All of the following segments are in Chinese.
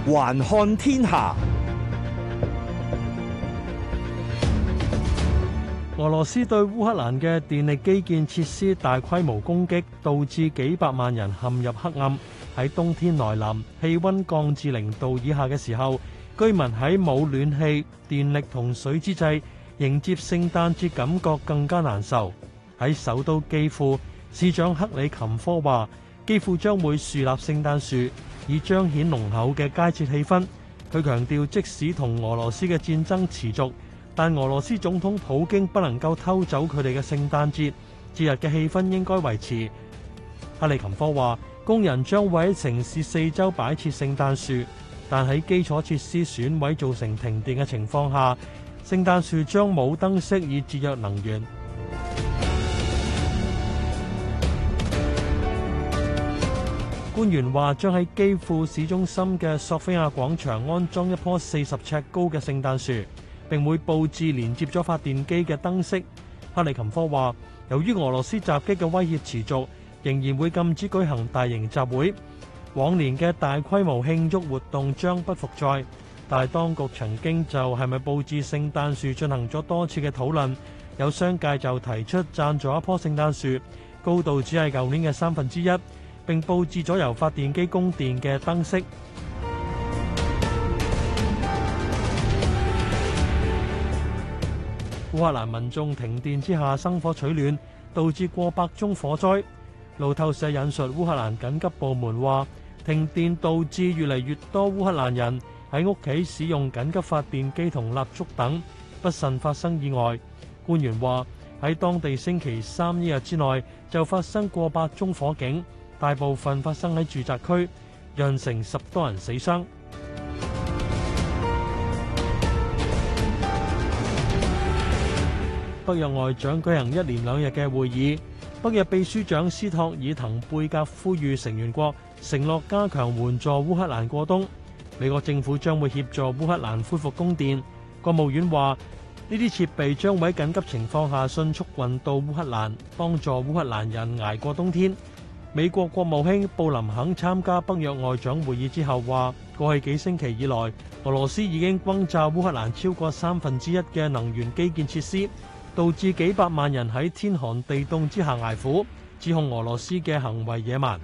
環看天下。 俄羅斯對烏克蘭嘅電力基建設施大規模攻擊，導致幾百萬人陷入黑暗。喺冬天來臨，氣溫降至0度以下嘅時候，居民喺冇暖氣、電力同水之際，迎接聖誕節感覺更加難受。喺首都基輔，市長克里琴科話，基輔將會樹立聖誕樹，以彰顯濃厚嘅佳節氣氛。佢強調，即使同俄羅斯嘅戰爭持續，但俄羅斯總統普京不能夠偷走佢哋嘅聖誕節，節日嘅氣氛應該維持。克里琴科話，工人將會喺城市四周擺設聖誕樹，但喺基礎設施損毀造成停電嘅情況下，聖誕樹將冇燈飾以節約能源。官員話將喺基輔市中心嘅索菲亞廣場安裝一棵40尺高嘅聖誕樹，並會佈置連接咗發電機嘅燈飾。克里琴科話，由於俄羅斯襲擊嘅威脅持續，仍然會禁止舉行大型集會。往年嘅大規模慶祝活動將不復再，但係當局曾經就係咪佈置聖誕樹進行咗多次嘅討論。有商界就提出贊助一棵聖誕樹，高度只係舊年嘅1/3，並佈置咗由發電機供電嘅燈飾。烏克蘭民眾停電之下生火取暖，導致過百宗火災。路透社引述烏克蘭緊急部門話，停電導致越嚟越多烏克蘭人喺屋企使用緊急發電機同蠟燭等，不慎發生意外。官員話喺當地星期3一日之內就發生過百宗火警，大部分發生喺住宅區，釀成10多人死傷。北約外長舉行1連2日嘅會議，北約秘書長斯托爾滕貝格呼籲成員國承諾加強援助烏克蘭過冬。美國政府將會協助烏克蘭恢復供電。國務院話呢啲設備將會喺緊急情況下迅速運到烏克蘭，幫助烏克蘭人捱過冬天。美國國務卿布林肯參加北約外長會議之後話，過去幾星期以來，俄羅斯已經轟炸烏克蘭超過1/3嘅能源基建設施，導致幾百萬人喺天寒地凍之下捱苦，指控俄羅斯嘅行為野蠻。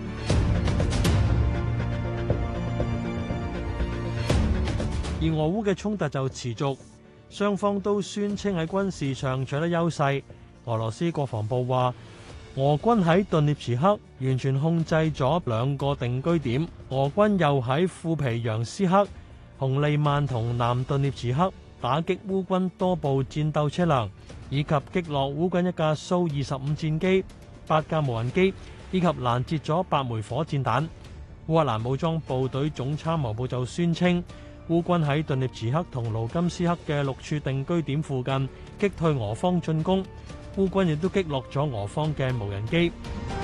而俄烏嘅衝突就持續，雙方都宣稱喺軍事上取得優勢。俄羅斯國防部話，俄軍喺頓涅茨克完全控制咗2個定居點，俄軍又喺庫皮揚斯克、紅利曼同南頓涅茨克打擊烏軍多部戰鬥車輛，以及擊落烏軍1架蘇25戰機、8架無人機，以及攔截咗8枚火箭彈。烏克蘭武裝部隊總參謀部就宣稱，烏軍喺頓涅茨克同盧甘斯克嘅6處定居點附近擊退俄方進攻，烏軍亦都擊落咗俄方嘅無人機。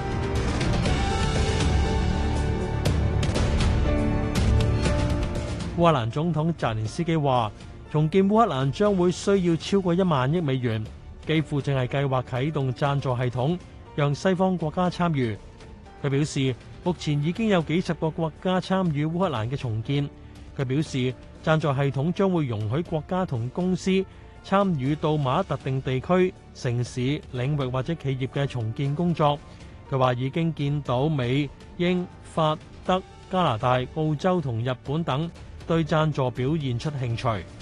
烏克蘭總統澤連斯基話，重建烏克蘭將會需要超過1萬億美元，基輔正係計劃啟動贊助系統，讓西方國家參與。佢表示，目前已經有幾十個國家參與烏克蘭嘅重建。佢表示，贊助系統將會容許國家同公司參與到某一特定地區、城市、領域或者企業嘅重建工作。佢話已經見到美、英、法、德、加拿大、澳洲同日本等對贊助表現出興趣。